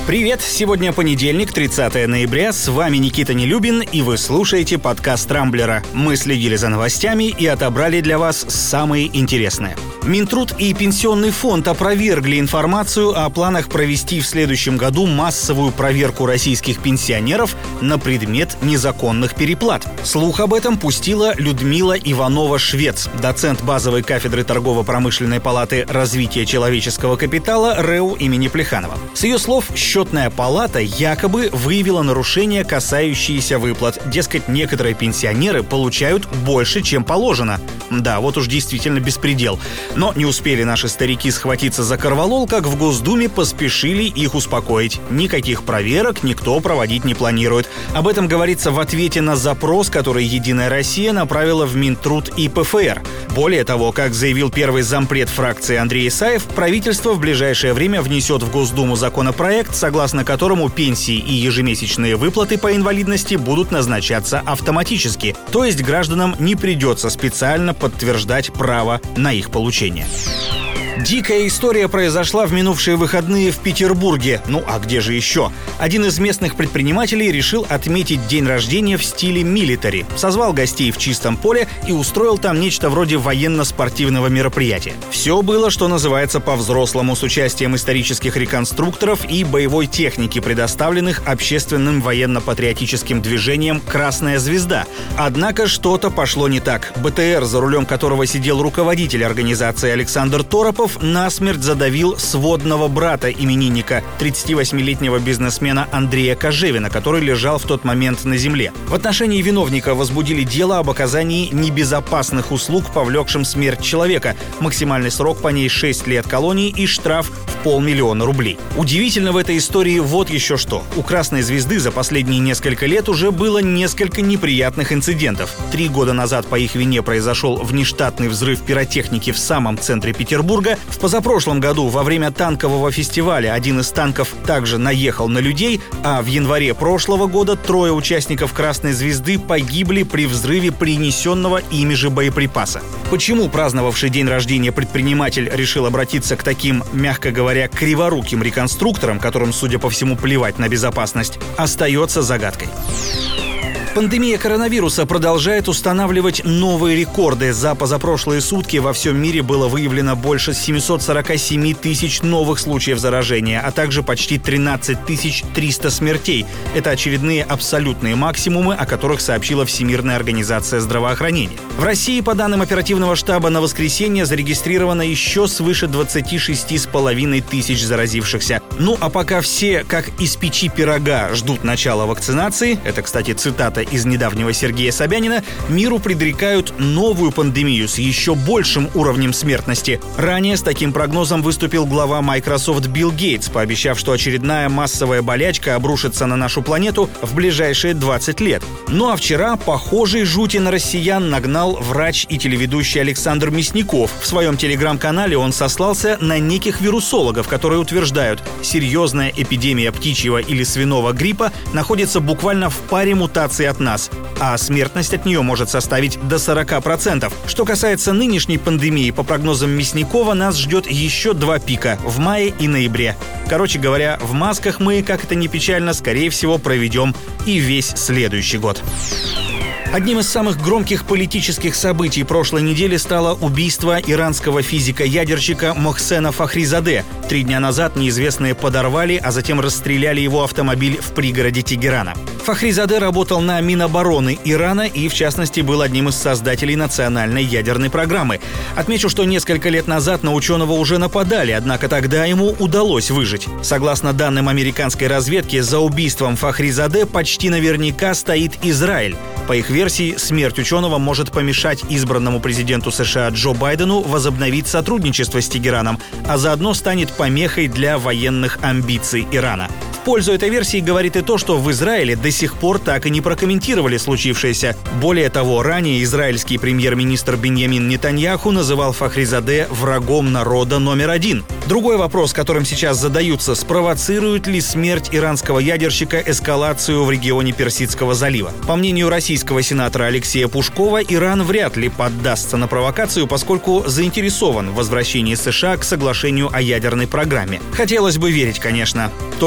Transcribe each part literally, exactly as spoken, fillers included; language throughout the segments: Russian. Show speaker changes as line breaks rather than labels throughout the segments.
Привет! Сегодня понедельник, тридцатое ноября. С вами Никита Нелюбин, и вы слушаете подкаст «Рамблера». Мы следили за новостями и отобрали для вас самые интересные. Минтруд и Пенсионный фонд опровергли информацию о планах провести в следующем году массовую проверку российских пенсионеров на предмет незаконных переплат. Слух об этом пустила Людмила Иванова-Швец, доцент базовой кафедры торгово-промышленной палаты развития человеческого капитала РЭУ имени Плеханова. С ее слов, счетная палата якобы выявила нарушения, касающиеся выплат. Дескать, некоторые пенсионеры получают больше, чем положено. Да, вот уж действительно беспредел. Но не успели наши старики схватиться за корвалол, как в Госдуме поспешили их успокоить. Никаких проверок никто проводить не планирует. Об этом говорится в ответе на запрос, который «Единая Россия» направила в Минтруд и ПФР. Более того, как заявил первый зампред фракции Андрей Исаев, правительство в ближайшее время внесет в Госдуму законопроект, согласно которому пенсии и ежемесячные выплаты по инвалидности будут назначаться автоматически. То есть гражданам не придется специально подтверждать право на их получение. Дикая история произошла в минувшие выходные в Петербурге. Ну а где же еще? Один из местных предпринимателей решил отметить день рождения в стиле милитари. Созвал гостей в чистом поле и устроил там нечто вроде военно-спортивного мероприятия. Все было, что называется, по-взрослому, с участием исторических реконструкторов и боевой техники, предоставленных общественным военно-патриотическим движением «Красная звезда». Однако что-то пошло не так. БТР, за рулем которого сидел руководитель организации Александр Торопов, насмерть задавил сводного брата именинника, тридцативосьмилетнего бизнесмена Андрея Кожевина, который лежал в тот момент на земле. В отношении виновника возбудили дело об оказании небезопасных услуг, повлекшим смерть человека. Максимальный срок по ней шесть лет колонии и штраф в полмиллиона рублей. Удивительно в этой истории вот еще что. У «Красной звезды» за последние несколько лет уже было несколько неприятных инцидентов. Три года назад по их вине произошел внештатный взрыв пиротехники в самом центре Петербурга. В позапрошлом году во время танкового фестиваля один из танков также наехал на людей, а в январе прошлого года трое участников «Красной звезды» погибли при взрыве принесенного ими же боеприпаса. Почему праздновавший день рождения предприниматель решил обратиться к таким, мягко говоря, криворуким реконструкторам, которым, судя по всему, плевать на безопасность, остается загадкой. Пандемия коронавируса продолжает устанавливать новые рекорды. За позапрошлые сутки во всем мире было выявлено больше семьсот сорок семь тысяч новых случаев заражения, а также почти тринадцать тысяч триста смертей. Это очередные абсолютные максимумы, о которых сообщила Всемирная организация здравоохранения. В России, по данным оперативного штаба, на воскресенье зарегистрировано еще свыше двадцать шесть с половиной тысяч заразившихся. Ну а пока все, как из печи пирога, ждут начала вакцинации, это, кстати, цитата из недавнего Сергея Собянина, миру предрекают новую пандемию с еще большим уровнем смертности. Ранее с таким прогнозом выступил глава Microsoft Билл Гейтс, пообещав, что очередная массовая болячка обрушится на нашу планету в ближайшие двадцать лет. Ну а вчера похожей жути на россиян нагнал врач и телеведущий Александр Мясников. В своем телеграм-канале он сослался на неких вирусологов, которые утверждают, серьезная эпидемия птичьего или свиного гриппа находится буквально в паре мутаций от нас, а смертность от нее может составить до сорок процентов. Что касается нынешней пандемии, по прогнозам Мясникова, нас ждет еще два пика – в мае и ноябре. Короче говоря, в масках мы, как это ни печально, скорее всего, проведем и весь следующий год. Одним из самых громких политических событий прошлой недели стало убийство иранского физика-ядерщика Мохсена Фахризаде. Три дня назад неизвестные подорвали, а затем расстреляли его автомобиль в пригороде Тегерана. Фахризаде работал на Минобороны Ирана и, в частности, был одним из создателей национальной ядерной программы. Отмечу, что несколько лет назад на ученого уже нападали, однако тогда ему удалось выжить. Согласно данным американской разведки, за убийством Фахризаде почти наверняка стоит Израиль. По их версии, смерть ученого может помешать избранному президенту США Джо Байдену возобновить сотрудничество с Тегераном, а заодно станет помехой для военных амбиций Ирана. В пользу этой версии говорит и то, что в Израиле до сих пор так и не прокомментировали случившееся. Более того, ранее израильский премьер-министр Биньямин Нетаньяху называл Фахризаде врагом народа номер один. Другой вопрос, которым сейчас задаются: спровоцирует ли смерть иранского ядерщика эскалацию в регионе Персидского залива? По мнению российского сенатора Алексея Пушкова, Иран вряд ли поддастся на провокацию, поскольку заинтересован в возвращении США к соглашению о ядерной программе. Хотелось бы верить, конечно. Только еще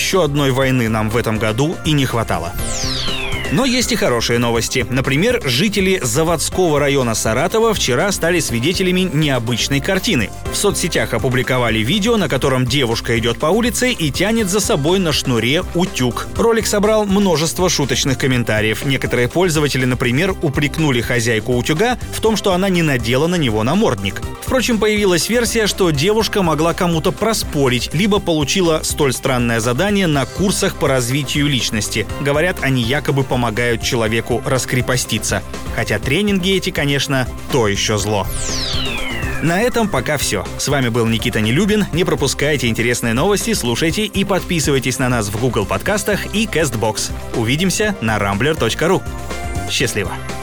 еще одной войны нам в этом году и не хватало. Но есть и хорошие новости. Например, жители Заводского района Саратова вчера стали свидетелями необычной картины. В соцсетях опубликовали видео, на котором девушка идет по улице и тянет за собой на шнуре утюг. Ролик собрал множество шуточных комментариев. Некоторые пользователи, например, упрекнули хозяйку утюга в том, что она не надела на него намордник. Впрочем, появилась версия, что девушка могла кому-то проспорить, либо получила столь странное задание на курсах по развитию личности. Говорят, они якобы помогают помогают человеку раскрепоститься. Хотя тренинги эти, конечно, то еще зло. На этом пока все. С вами был Никита Нелюбин. Не пропускайте интересные новости, слушайте и подписывайтесь на нас в Google подкастах и Castbox. Увидимся на рамблер точка ру. Счастливо!